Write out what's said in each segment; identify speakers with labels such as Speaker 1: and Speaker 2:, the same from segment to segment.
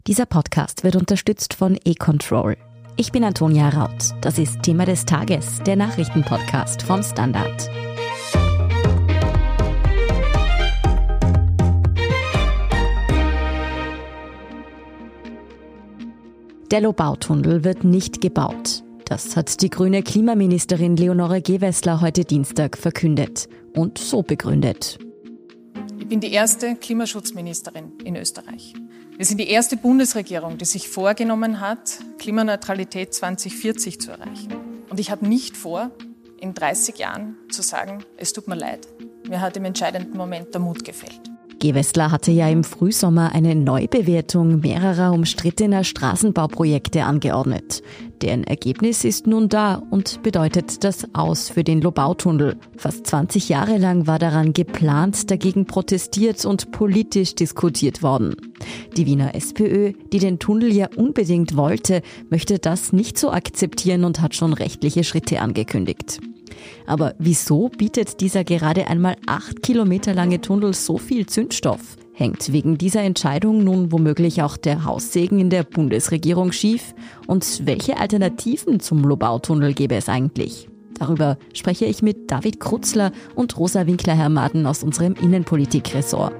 Speaker 1: Dieser Podcast wird unterstützt von eControl. Ich bin Antonia Raut. Das ist Thema des Tages, der Nachrichtenpodcast vom Standard. Der Lobautunnel wird nicht gebaut. Das hat die grüne Klimaministerin Leonore Gewessler heute Dienstag verkündet und so begründet.
Speaker 2: Ich bin die erste Klimaschutzministerin in Österreich. Wir sind die erste Bundesregierung, die sich vorgenommen hat, Klimaneutralität 2040 zu erreichen. Und ich habe nicht vor, in 30 Jahren zu sagen, es tut mir leid. Mir hat im entscheidenden Moment der Mut gefehlt.
Speaker 1: Gewessler hatte ja im Frühsommer eine Neubewertung mehrerer umstrittener Straßenbauprojekte angeordnet. Deren Ergebnis ist nun da und bedeutet das Aus für den Lobautunnel. Fast 20 Jahre lang war daran geplant, dagegen protestiert und politisch diskutiert worden. Die Wiener SPÖ, die den Tunnel ja unbedingt wollte, möchte das nicht so akzeptieren und hat schon rechtliche Schritte angekündigt. Aber wieso bietet dieser gerade einmal 8 Kilometer lange Tunnel so viel Zündstoff? Hängt wegen dieser Entscheidung nun womöglich auch der Haussegen in der Bundesregierung schief? Und welche Alternativen zum Lobautunnel gäbe es eigentlich? Darüber spreche ich mit David Krutzler und Rosa Winkler-Hermaden aus unserem Innenpolitik-Ressort.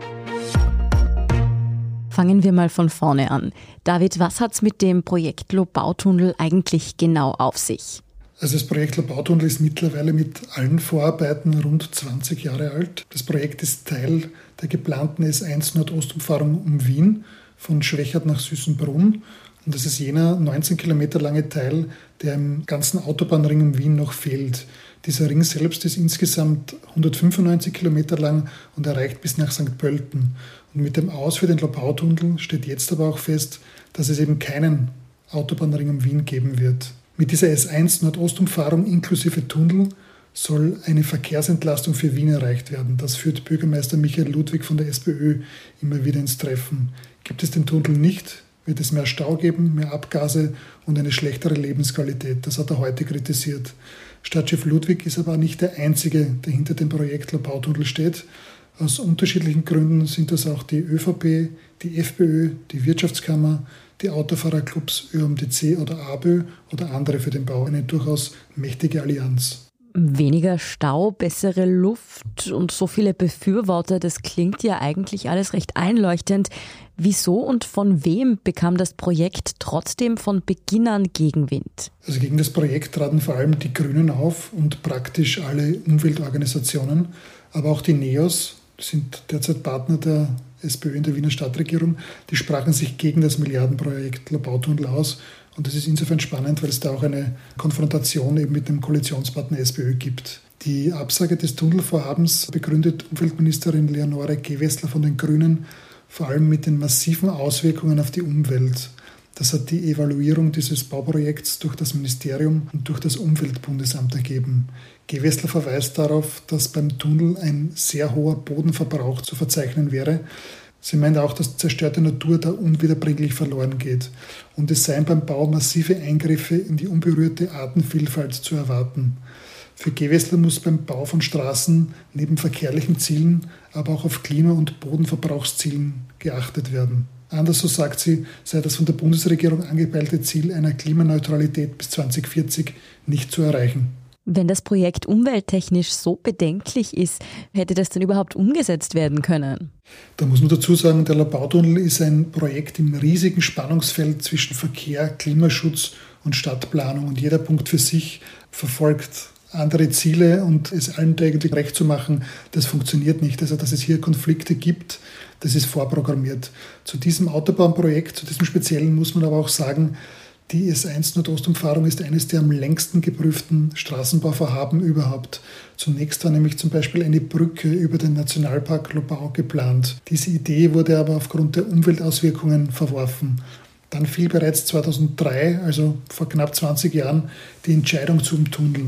Speaker 1: Fangen wir mal von vorne an. David, was hat's mit dem Projekt Lobautunnel eigentlich genau auf sich?
Speaker 3: Also das Projekt Lobautunnel ist mittlerweile mit allen Vorarbeiten rund 20 Jahre alt. Das Projekt ist Teil der geplanten S1 Nordostumfahrung um Wien von Schwechat nach Süßenbrunn. Und das ist jener 19 Kilometer lange Teil, der im ganzen Autobahnring um Wien noch fehlt. Dieser Ring selbst ist insgesamt 195 Kilometer lang und erreicht bis nach St. Pölten. Und mit dem Aus für den Lobautunnel steht jetzt aber auch fest, dass es eben keinen Autobahnring um Wien geben wird. Mit dieser S1 Nordostumfahrung inklusive Tunnel soll eine Verkehrsentlastung für Wien erreicht werden. Das führt Bürgermeister Michael Ludwig von der SPÖ immer wieder ins Treffen. Gibt es den Tunnel nicht, wird es mehr Stau geben, mehr Abgase und eine schlechtere Lebensqualität. Das hat er heute kritisiert. Stadtchef Ludwig ist aber nicht der Einzige, der hinter dem Projekt Lobautunnel steht. Aus unterschiedlichen Gründen sind das auch die ÖVP, die FPÖ, die Wirtschaftskammer, die Autofahrerclubs ÖMTC oder ABÖ oder andere für den Bau. Eine durchaus mächtige Allianz.
Speaker 1: Weniger Stau, bessere Luft und so viele Befürworter, das klingt ja eigentlich alles recht einleuchtend. Wieso und von wem bekam das Projekt trotzdem von Beginn an Gegenwind?
Speaker 3: Also gegen das Projekt traten vor allem die Grünen auf und praktisch alle Umweltorganisationen, aber auch die NEOS, die sind derzeit Partner der SPÖ in der Wiener Stadtregierung, die sprachen sich gegen das Milliardenprojekt Lobautunnel aus. Und das ist insofern spannend, weil es da auch eine Konfrontation eben mit dem Koalitionspartner SPÖ gibt. Die Absage des Tunnelvorhabens begründet Umweltministerin Leonore Gewessler von den Grünen vor allem mit den massiven Auswirkungen auf die Umwelt. Das hat die Evaluierung dieses Bauprojekts durch das Ministerium und durch das Umweltbundesamt ergeben. Gewessler verweist darauf, dass beim Tunnel ein sehr hoher Bodenverbrauch zu verzeichnen wäre. Sie meint auch, dass zerstörte Natur da unwiederbringlich verloren geht. Und es seien beim Bau massive Eingriffe in die unberührte Artenvielfalt zu erwarten. Für Gewessler muss beim Bau von Straßen neben verkehrlichen Zielen aber auch auf Klima- und Bodenverbrauchszielen geachtet werden. Anders, so sagt sie, sei das von der Bundesregierung angepeilte Ziel einer Klimaneutralität bis 2040 nicht zu erreichen.
Speaker 1: Wenn das Projekt umwelttechnisch so bedenklich ist, hätte das denn überhaupt umgesetzt werden können?
Speaker 3: Da muss man dazu sagen, der Lobautunnel ist ein Projekt im riesigen Spannungsfeld zwischen Verkehr, Klimaschutz und Stadtplanung. Und jeder Punkt für sich verfolgt andere Ziele und es allen eigentlich recht zu machen, das funktioniert nicht. Also dass es hier Konflikte gibt, das ist vorprogrammiert. Zu diesem Autobahnprojekt, zu diesem Speziellen muss man aber auch sagen, die S1 Nordostumfahrung ist eines der am längsten geprüften Straßenbauvorhaben überhaupt. Zunächst war nämlich zum Beispiel eine Brücke über den Nationalpark Lobau geplant. Diese Idee wurde aber aufgrund der Umweltauswirkungen verworfen. Dann fiel bereits 2003, also vor knapp 20 Jahren, die Entscheidung zum Tunnel.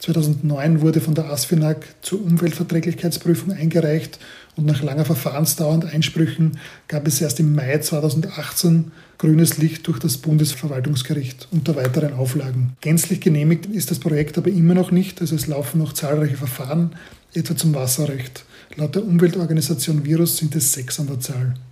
Speaker 3: 2009 wurde von der ASFINAG zur Umweltverträglichkeitsprüfung eingereicht und nach langer Verfahrensdauer und Einsprüchen gab es erst im Mai 2018 grünes Licht durch das Bundesverwaltungsgericht unter weiteren Auflagen. Gänzlich genehmigt ist das Projekt aber immer noch nicht, also es laufen noch zahlreiche Verfahren, etwa zum Wasserrecht. Laut der Umweltorganisation Virus sind es 6 an der Zahl.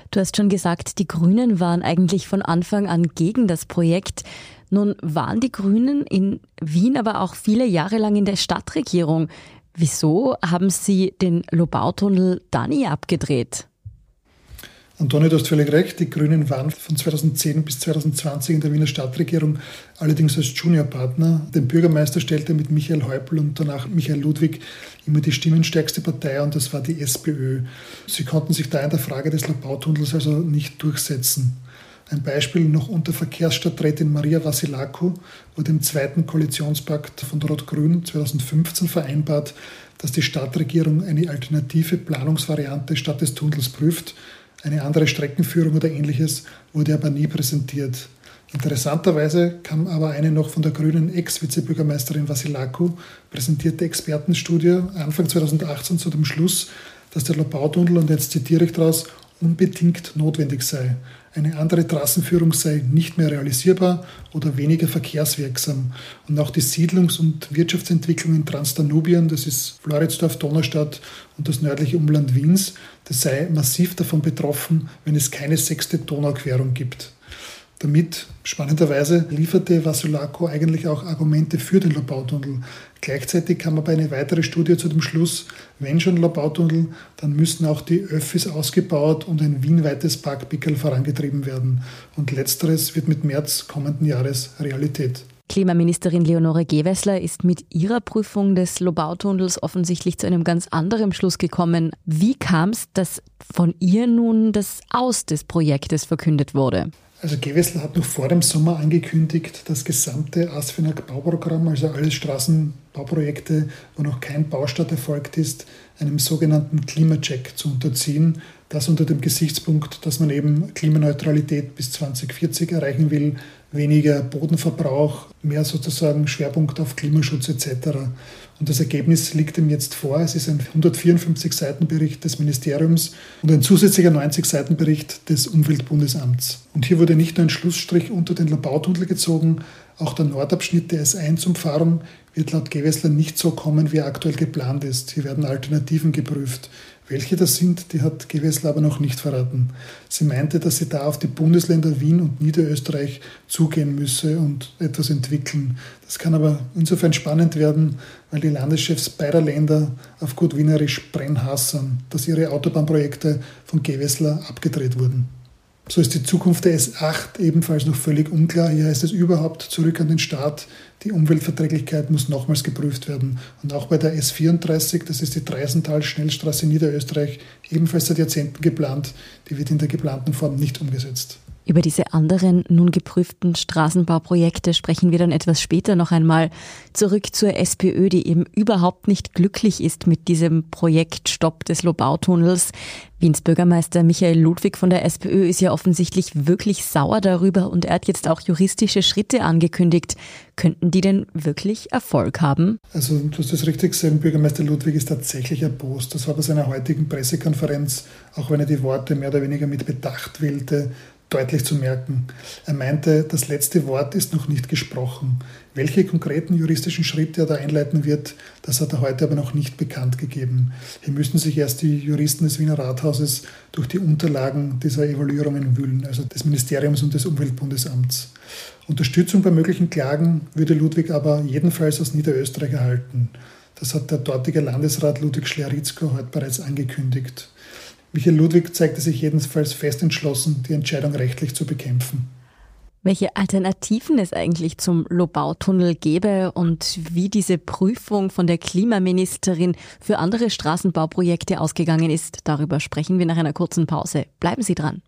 Speaker 1: Du hast schon gesagt, die Grünen waren eigentlich von Anfang an gegen das Projekt. Nun waren die Grünen in Wien aber auch viele Jahre lang in der Stadtregierung. Wieso haben sie den Lobautunnel da nie abgedreht?
Speaker 3: Antonio, du hast völlig recht. Die Grünen waren von 2010 bis 2020 in der Wiener Stadtregierung, allerdings als Juniorpartner. Den Bürgermeister stellte mit Michael Häupl und danach Michael Ludwig immer die stimmenstärkste Partei, und das war die SPÖ. Sie konnten sich da in der Frage des Lobautunnels also nicht durchsetzen. Ein Beispiel: noch unter Verkehrsstadträtin Maria Vasilako wurde im zweiten Koalitionspakt von Rot-Grün 2015 vereinbart, dass die Stadtregierung eine alternative Planungsvariante statt des Tunnels prüft. Eine andere Streckenführung oder Ähnliches wurde aber nie präsentiert. Interessanterweise kam aber eine noch von der grünen Ex-Vizebürgermeisterin Vasilako präsentierte Expertenstudie Anfang 2018 zu dem Schluss, dass der Lobautunnel, und jetzt zitiere ich daraus, unbedingt notwendig sei. Eine andere Trassenführung sei nicht mehr realisierbar oder weniger verkehrswirksam. Und auch die Siedlungs- und Wirtschaftsentwicklung in Transdanubien, das ist Floridsdorf, Donaustadt und das nördliche Umland Wiens, das sei massiv davon betroffen, wenn es keine 6. Donauquerung gibt. Damit, spannenderweise, lieferte Vasilako eigentlich auch Argumente für den Lobautunnel. Gleichzeitig kam aber eine weitere Studie zu dem Schluss, wenn schon Lobautunnel, dann müssten auch die Öffis ausgebaut und ein wienweites Parkpickerl vorangetrieben werden. Und letzteres wird mit März kommenden Jahres Realität.
Speaker 1: Klimaministerin Leonore Gewessler ist mit ihrer Prüfung des Lobautunnels offensichtlich zu einem ganz anderen Schluss gekommen. Wie kam es, dass von ihr nun das Aus des Projektes verkündet wurde?
Speaker 3: Also Gewessler hat noch vor dem Sommer angekündigt, das gesamte ASFINAG-Bauprogramm, also alle Straßenbauprojekte, wo noch kein Baustart erfolgt ist, einem sogenannten Klimacheck zu unterziehen. Das unter dem Gesichtspunkt, dass man eben Klimaneutralität bis 2040 erreichen will, weniger Bodenverbrauch, mehr sozusagen Schwerpunkt auf Klimaschutz etc. Und das Ergebnis liegt ihm jetzt vor. Es ist ein 154-Seiten-Bericht des Ministeriums und ein zusätzlicher 90-Seiten-Bericht des Umweltbundesamts. Und hier wurde nicht nur ein Schlussstrich unter den Lobautunnel gezogen, auch der Nordabschnitt der S1-Umfahrung wird laut Gewessler nicht so kommen, wie er aktuell geplant ist. Hier werden Alternativen geprüft. Welche das sind, die hat Gewessler aber noch nicht verraten. Sie meinte, dass sie da auf die Bundesländer Wien und Niederösterreich zugehen müsse und etwas entwickeln. Das kann aber insofern spannend werden, weil die Landeschefs beider Länder auf gut wienerisch brennhassern, dass ihre Autobahnprojekte von Gewessler abgedreht wurden. So ist die Zukunft der S8 ebenfalls noch völlig unklar. Hier heißt es überhaupt zurück an den Staat. Die Umweltverträglichkeit muss nochmals geprüft werden. Und auch bei der S34, das ist die Treisental-Schnellstraße in Niederösterreich, ebenfalls seit Jahrzehnten geplant. Die wird in der geplanten Form nicht umgesetzt.
Speaker 1: Über diese anderen nun geprüften Straßenbauprojekte sprechen wir dann etwas später noch einmal. Zurück zur SPÖ, die eben überhaupt nicht glücklich ist mit diesem Projektstopp des Lobautunnels. Wiens Bürgermeister Michael Ludwig von der SPÖ ist ja offensichtlich wirklich sauer darüber und er hat jetzt auch juristische Schritte angekündigt. Könnten die denn wirklich Erfolg haben?
Speaker 3: Also du hast das richtig gesagt, Bürgermeister Ludwig ist tatsächlich erbost. Das war bei seiner heutigen Pressekonferenz, auch wenn er die Worte mehr oder weniger mit Bedacht wählte, deutlich zu merken. Er meinte, das letzte Wort ist noch nicht gesprochen. Welche konkreten juristischen Schritte er da einleiten wird, das hat er heute aber noch nicht bekannt gegeben. Hier müssen sich erst die Juristen des Wiener Rathauses durch die Unterlagen dieser Evaluierungen wühlen, also des Ministeriums und des Umweltbundesamts. Unterstützung bei möglichen Klagen würde Ludwig aber jedenfalls aus Niederösterreich erhalten. Das hat der dortige Landesrat Ludwig Schleritzko heute bereits angekündigt. Michael Ludwig zeigte sich jedenfalls fest entschlossen, die Entscheidung rechtlich zu bekämpfen.
Speaker 1: Welche Alternativen es eigentlich zum Lobautunnel gäbe und wie diese Prüfung von der Klimaministerin für andere Straßenbauprojekte ausgegangen ist, darüber sprechen wir nach einer kurzen Pause. Bleiben Sie dran.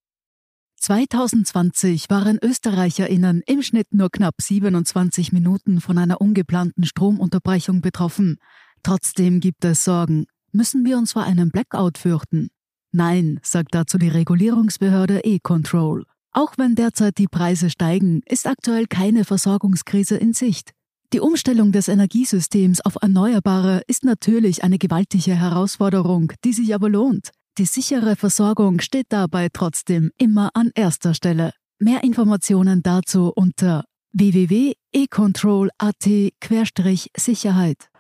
Speaker 4: 2020 waren ÖsterreicherInnen im Schnitt nur knapp 27 Minuten von einer ungeplanten Stromunterbrechung betroffen. Trotzdem gibt es Sorgen. Müssen wir uns vor einem Blackout fürchten? Nein, sagt dazu die Regulierungsbehörde E-Control. Auch wenn derzeit die Preise steigen, ist aktuell keine Versorgungskrise in Sicht. Die Umstellung des Energiesystems auf Erneuerbare ist natürlich eine gewaltige Herausforderung, die sich aber lohnt. Die sichere Versorgung steht dabei trotzdem immer an erster Stelle. Mehr Informationen dazu unter www.econtrol.at/Sicherheit.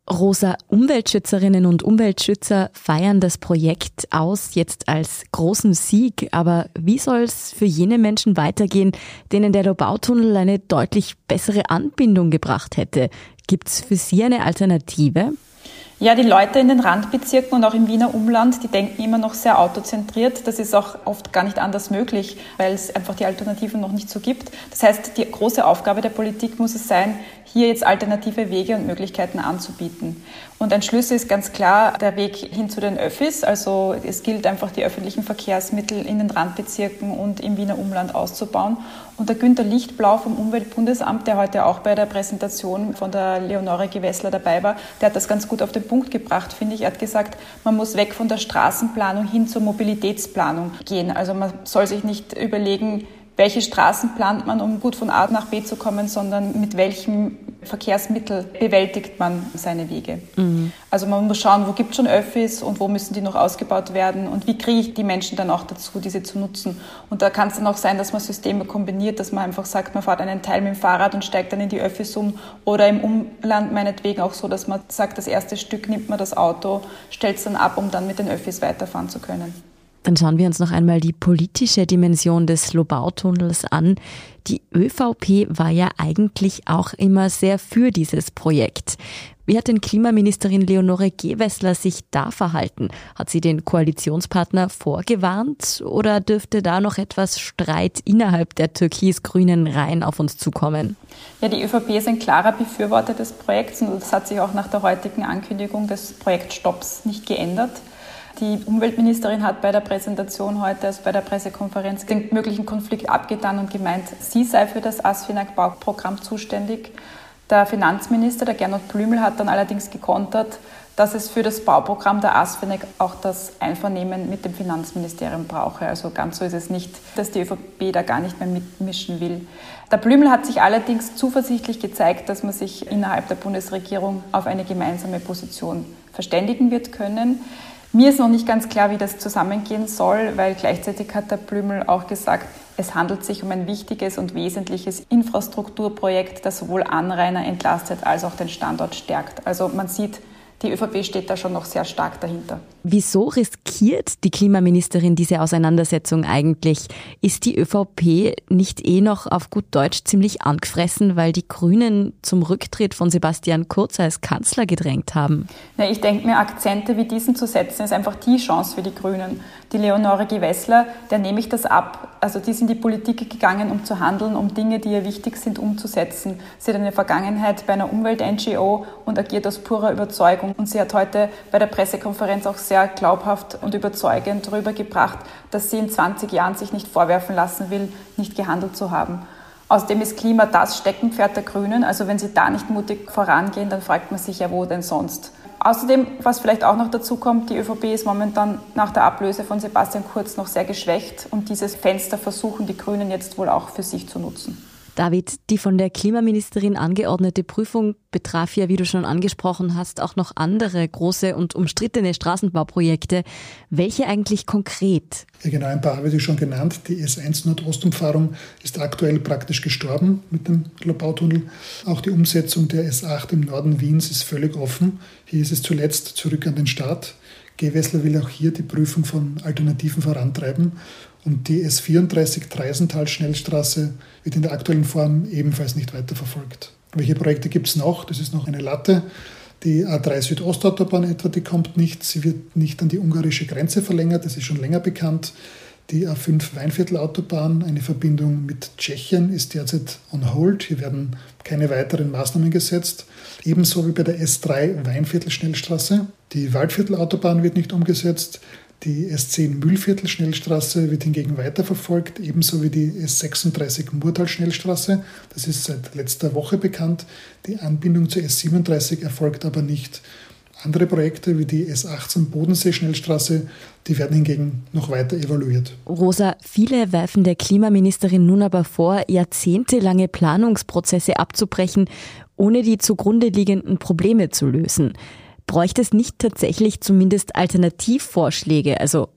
Speaker 1: Rosa, Umweltschützerinnen und Umweltschützer feiern das Projekt aus jetzt als großen Sieg. Aber wie soll es für jene Menschen weitergehen, denen der Lobautunnel eine deutlich bessere Anbindung gebracht hätte? Gibt es für Sie eine Alternative?
Speaker 5: Ja, die Leute in den Randbezirken und auch im Wiener Umland, die denken immer noch sehr autozentriert. Das ist auch oft gar nicht anders möglich, weil es einfach die Alternativen noch nicht so gibt. Das heißt, die große Aufgabe der Politik muss es sein, hier jetzt alternative Wege und Möglichkeiten anzubieten. Und ein Schlüssel ist ganz klar der Weg hin zu den Öffis. Also es gilt einfach, die öffentlichen Verkehrsmittel in den Randbezirken und im Wiener Umland auszubauen. Und der Günther Lichtblau vom Umweltbundesamt, der heute auch bei der Präsentation von der Leonore Gewessler dabei war, der hat das ganz gut auf den Punkt gebracht, finde ich. Er hat gesagt, man muss weg von der Straßenplanung hin zur Mobilitätsplanung gehen. Also man soll sich nicht überlegen, welche Straßen plant man, um gut von A nach B zu kommen, sondern mit welchem Verkehrsmittel bewältigt man seine Wege. Mhm. Also man muss schauen, wo gibt es schon Öffis und wo müssen die noch ausgebaut werden und wie kriege ich die Menschen dann auch dazu, diese zu nutzen. Und da kann es dann auch sein, dass man Systeme kombiniert, dass man einfach sagt, man fährt einen Teil mit dem Fahrrad und steigt dann in die Öffis um oder im Umland meinetwegen auch so, dass man sagt, das erste Stück nimmt man das Auto, stellt es dann ab, um dann mit den Öffis weiterfahren zu können.
Speaker 1: Dann schauen wir uns noch einmal die politische Dimension des Lobautunnels an. Die ÖVP war ja eigentlich auch immer sehr für dieses Projekt. Wie hat denn Klimaministerin Leonore Gewessler sich da verhalten? Hat sie den Koalitionspartner vorgewarnt oder dürfte da noch etwas Streit innerhalb der türkis-grünen Reihen auf uns zukommen?
Speaker 5: Ja, die ÖVP ist ein klarer Befürworter des Projekts und das hat sich auch nach der heutigen Ankündigung des Projektstopps nicht geändert. Die Umweltministerin hat bei der Präsentation heute, also bei der Pressekonferenz, den möglichen Konflikt abgetan und gemeint, sie sei für das ASFINAG-Bauprogramm zuständig. Der Finanzminister, der Gernot Blümel, hat dann allerdings gekontert, dass es für das Bauprogramm der ASFINAG auch das Einvernehmen mit dem Finanzministerium brauche. Also ganz so ist es nicht, dass die ÖVP da gar nicht mehr mitmischen will. Der Blümel hat sich allerdings zuversichtlich gezeigt, dass man sich innerhalb der Bundesregierung auf eine gemeinsame Position verständigen wird können. Mir ist noch nicht ganz klar, wie das zusammengehen soll, weil gleichzeitig hat der Blümel auch gesagt, es handelt sich um ein wichtiges und wesentliches Infrastrukturprojekt, das sowohl Anrainer entlastet als auch den Standort stärkt. Also man sieht, die ÖVP steht da schon noch sehr stark dahinter.
Speaker 1: Wieso riskiert die Klimaministerin diese Auseinandersetzung eigentlich? Ist die ÖVP nicht noch auf gut Deutsch ziemlich angefressen, weil die Grünen zum Rücktritt von Sebastian Kurz als Kanzler gedrängt haben?
Speaker 5: Ja, ich denke mir, Akzente wie diesen zu setzen, ist einfach die Chance für die Grünen. Die Leonore Gewessler, der nehme ich das ab. Also die sind in die Politik gegangen, um zu handeln, um Dinge, die ihr wichtig sind, umzusetzen. Sie hat eine Vergangenheit bei einer Umwelt-NGO und agiert aus purer Überzeugung. Und sie hat heute bei der Pressekonferenz auch sehr glaubhaft und überzeugend darüber gebracht, dass sie in 20 Jahren sich nicht vorwerfen lassen will, nicht gehandelt zu haben. Außerdem ist Klima das Steckenpferd der Grünen. Also wenn sie da nicht mutig vorangehen, dann fragt man sich ja, wo denn sonst. Außerdem, was vielleicht auch noch dazu kommt, die ÖVP ist momentan nach der Ablöse von Sebastian Kurz noch sehr geschwächt und dieses Fenster versuchen die Grünen jetzt wohl auch für sich zu nutzen.
Speaker 1: David, die von der Klimaministerin angeordnete Prüfung betraf ja, wie du schon angesprochen hast, auch noch andere große und umstrittene Straßenbauprojekte. Welche eigentlich konkret?
Speaker 3: Ja, genau, ein paar habe ich schon genannt. Die S1 Nordostumfahrung ist aktuell praktisch gestorben mit dem Lobautunnel. Auch die Umsetzung der S8 im Norden Wiens ist völlig offen. Hier ist es zuletzt zurück an den Start. Gewessler will auch hier die Prüfung von Alternativen vorantreiben. Und die S34 Treisental-Schnellstraße wird in der aktuellen Form ebenfalls nicht weiterverfolgt. Welche Projekte gibt es noch? Das ist noch eine Latte. Die A3 Südostautobahn etwa, die kommt nicht. Sie wird nicht an die ungarische Grenze verlängert, das ist schon länger bekannt. Die A5 Weinviertel-Autobahn, eine Verbindung mit Tschechien, ist derzeit on hold. Hier werden keine weiteren Maßnahmen gesetzt. Ebenso wie bei der S3 Weinviertel-Schnellstraße. Die Waldviertel-Autobahn wird nicht umgesetzt. Die S10 Mühlviertel-Schnellstraße wird hingegen weiterverfolgt, ebenso wie die S36 Murtal-Schnellstraße. Das ist seit letzter Woche bekannt. Die Anbindung zur S37 erfolgt aber nicht. Andere Projekte wie die S18 Bodensee-Schnellstraße, die werden hingegen noch weiter evaluiert.
Speaker 1: Rosa, viele werfen der Klimaministerin nun aber vor, jahrzehntelange Planungsprozesse abzubrechen, ohne die zugrunde liegenden Probleme zu lösen. Bräuchte es nicht tatsächlich zumindest Alternativvorschläge, also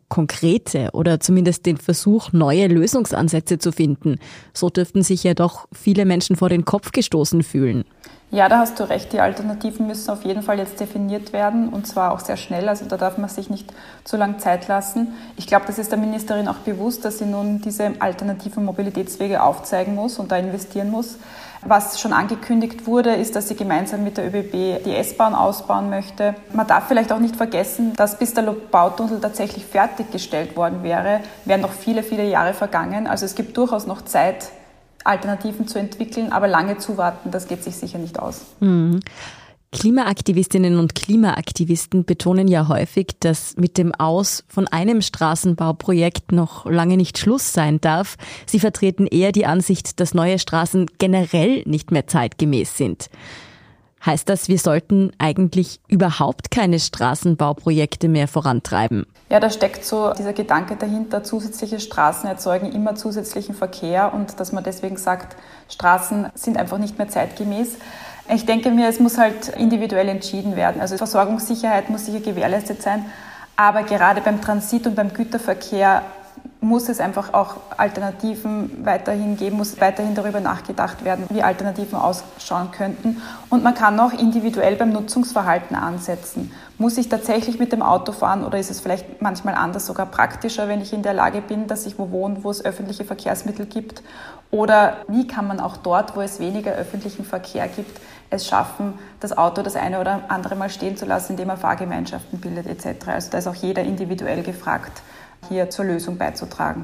Speaker 1: konkrete oder zumindest den Versuch, neue Lösungsansätze zu finden. So dürften sich ja doch viele Menschen vor den Kopf gestoßen fühlen.
Speaker 5: Ja, da hast du recht. Die Alternativen müssen auf jeden Fall jetzt definiert werden und zwar auch sehr schnell. Also da darf man sich nicht zu lange Zeit lassen. Ich glaube, das ist der Ministerin auch bewusst, dass sie nun diese alternativen Mobilitätswege aufzeigen muss und da investieren muss. Was schon angekündigt wurde, ist, dass sie gemeinsam mit der ÖBB die S-Bahn ausbauen möchte. Man darf vielleicht auch nicht vergessen, dass bis der Lobautunnel tatsächlich fertiggestellt worden wäre, wären noch viele, viele Jahre vergangen. Also es gibt durchaus noch Zeit, Alternativen zu entwickeln, aber lange zuwarten, das geht sich sicher nicht aus.
Speaker 1: Mhm. Klimaaktivistinnen und Klimaaktivisten betonen ja häufig, dass mit dem Aus von einem Straßenbauprojekt noch lange nicht Schluss sein darf. Sie vertreten eher die Ansicht, dass neue Straßen generell nicht mehr zeitgemäß sind. Heißt das, wir sollten eigentlich überhaupt keine Straßenbauprojekte mehr vorantreiben?
Speaker 5: Ja, da steckt so dieser Gedanke dahinter, zusätzliche Straßen erzeugen immer zusätzlichen Verkehr und dass man deswegen sagt, Straßen sind einfach nicht mehr zeitgemäß. Ich denke mir, es muss halt individuell entschieden werden. Also Versorgungssicherheit muss sicher gewährleistet sein, aber gerade beim Transit- und beim Güterverkehr muss es einfach auch Alternativen weiterhin geben, muss weiterhin darüber nachgedacht werden, wie Alternativen ausschauen könnten. Und man kann auch individuell beim Nutzungsverhalten ansetzen. Muss ich tatsächlich mit dem Auto fahren oder ist es vielleicht manchmal anders sogar praktischer, wenn ich in der Lage bin, dass ich wo wohne, wo es öffentliche Verkehrsmittel gibt? Oder wie kann man auch dort, wo es weniger öffentlichen Verkehr gibt, es schaffen, das Auto das eine oder andere Mal stehen zu lassen, indem man Fahrgemeinschaften bildet etc. Also da ist auch jeder individuell gefragt, hier zur Lösung beizutragen.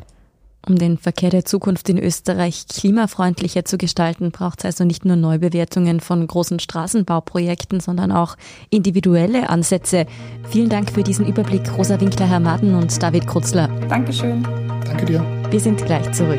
Speaker 1: Um den Verkehr der Zukunft in Österreich klimafreundlicher zu gestalten, braucht es also nicht nur Neubewertungen von großen Straßenbauprojekten, sondern auch individuelle Ansätze. Vielen Dank für diesen Überblick, Rosa Winkler-Hermaden und David Krutzler.
Speaker 5: Dankeschön.
Speaker 3: Danke dir.
Speaker 1: Wir sind gleich zurück.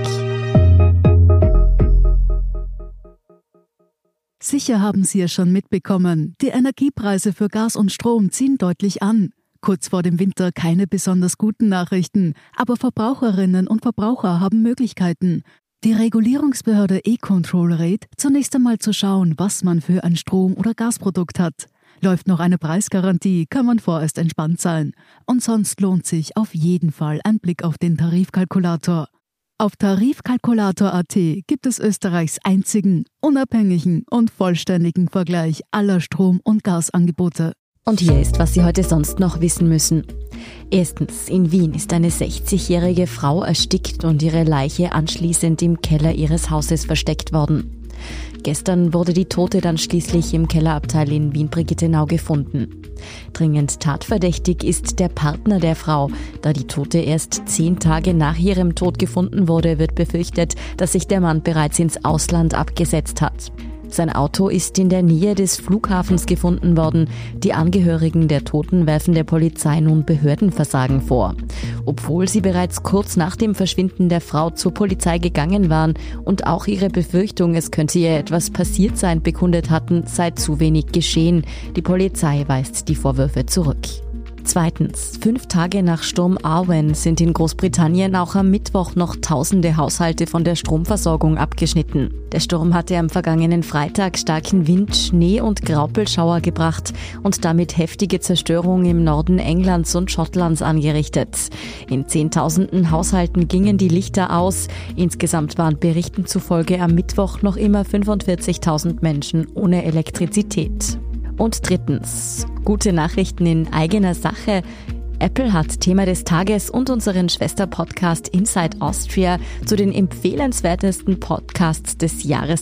Speaker 4: Sicher haben Sie es schon mitbekommen, die Energiepreise für Gas und Strom ziehen deutlich an. Kurz vor dem Winter keine besonders guten Nachrichten, aber Verbraucherinnen und Verbraucher haben Möglichkeiten. Die Regulierungsbehörde E-Control rät, zunächst einmal zu schauen, was man für ein Strom- oder Gasprodukt hat. Läuft noch eine Preisgarantie, kann man vorerst entspannt sein. Und sonst lohnt sich auf jeden Fall ein Blick auf den Tarifkalkulator. Auf Tarifkalkulator.at gibt es Österreichs einzigen, unabhängigen und vollständigen Vergleich aller Strom- und Gasangebote.
Speaker 1: Und hier ist, was Sie heute sonst noch wissen müssen. Erstens, in Wien ist eine 60-jährige Frau erstickt und ihre Leiche anschließend im Keller ihres Hauses versteckt worden. Gestern wurde die Tote dann schließlich im Kellerabteil in Wien-Brigittenau gefunden. Dringend tatverdächtig ist der Partner der Frau. Da die Tote erst 10 Tage nach ihrem Tod gefunden wurde, wird befürchtet, dass sich der Mann bereits ins Ausland abgesetzt hat. Sein Auto ist in der Nähe des Flughafens gefunden worden. Die Angehörigen der Toten werfen der Polizei nun Behördenversagen vor. Obwohl sie bereits kurz nach dem Verschwinden der Frau zur Polizei gegangen waren und auch ihre Befürchtung, es könnte ihr etwas passiert sein, bekundet hatten, sei zu wenig geschehen. Die Polizei weist die Vorwürfe zurück. Zweitens, 5 Tage nach Sturm Arwen sind in Großbritannien auch am Mittwoch noch tausende Haushalte von der Stromversorgung abgeschnitten. Der Sturm hatte am vergangenen Freitag starken Wind, Schnee und Graupelschauer gebracht und damit heftige Zerstörung im Norden Englands und Schottlands angerichtet. In Zehntausenden Haushalten gingen die Lichter aus. Insgesamt waren Berichten zufolge am Mittwoch noch immer 45.000 Menschen ohne Elektrizität. Und drittens, gute Nachrichten in eigener Sache. Apple hat Thema des Tages und unseren Schwesterpodcast Inside Austria zu den empfehlenswertesten Podcasts des Jahres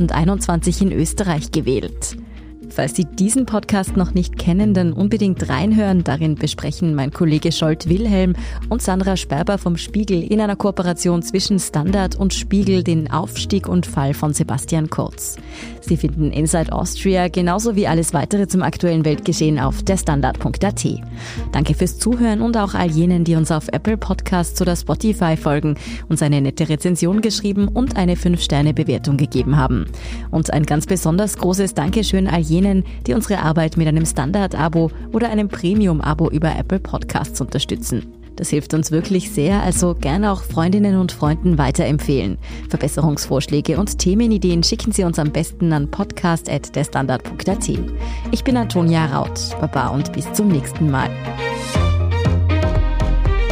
Speaker 1: 2021 in Österreich gewählt. Falls Sie diesen Podcast noch nicht kennen, dann unbedingt reinhören. Darin besprechen mein Kollege Scholt Wilhelm und Sandra Sperber vom Spiegel in einer Kooperation zwischen Standard und Spiegel den Aufstieg und Fall von Sebastian Kurz. Sie finden Inside Austria genauso wie alles weitere zum aktuellen Weltgeschehen auf derstandard.at. Danke fürs Zuhören und auch all jenen, die uns auf Apple Podcasts oder Spotify folgen, uns eine nette Rezension geschrieben und eine 5-Sterne-Bewertung gegeben haben. Und ein ganz besonders großes Dankeschön all jenen, die unsere Arbeit mit einem Standard-Abo oder einem Premium-Abo über Apple Podcasts unterstützen. Das hilft uns wirklich sehr, also gerne auch Freundinnen und Freunden weiterempfehlen. Verbesserungsvorschläge und Themenideen schicken Sie uns am besten an podcast@derstandard.at. Ich bin Antonia Raut. Baba und bis zum nächsten Mal.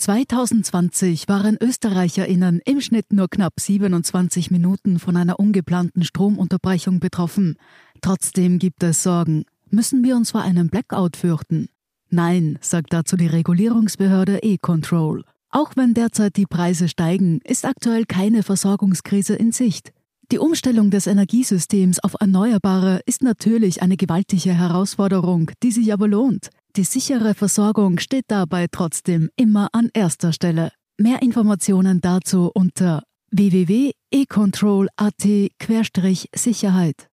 Speaker 4: 2020 waren ÖsterreicherInnen im Schnitt nur knapp 27 Minuten von einer ungeplanten Stromunterbrechung betroffen. Trotzdem gibt es Sorgen. Müssen wir uns vor einem Blackout fürchten? Nein, sagt dazu die Regulierungsbehörde E-Control. Auch wenn derzeit die Preise steigen, ist aktuell keine Versorgungskrise in Sicht. Die Umstellung des Energiesystems auf Erneuerbare ist natürlich eine gewaltige Herausforderung, die sich aber lohnt. Die sichere Versorgung steht dabei trotzdem immer an erster Stelle. Mehr Informationen dazu unter www.econtrol.at/Sicherheit.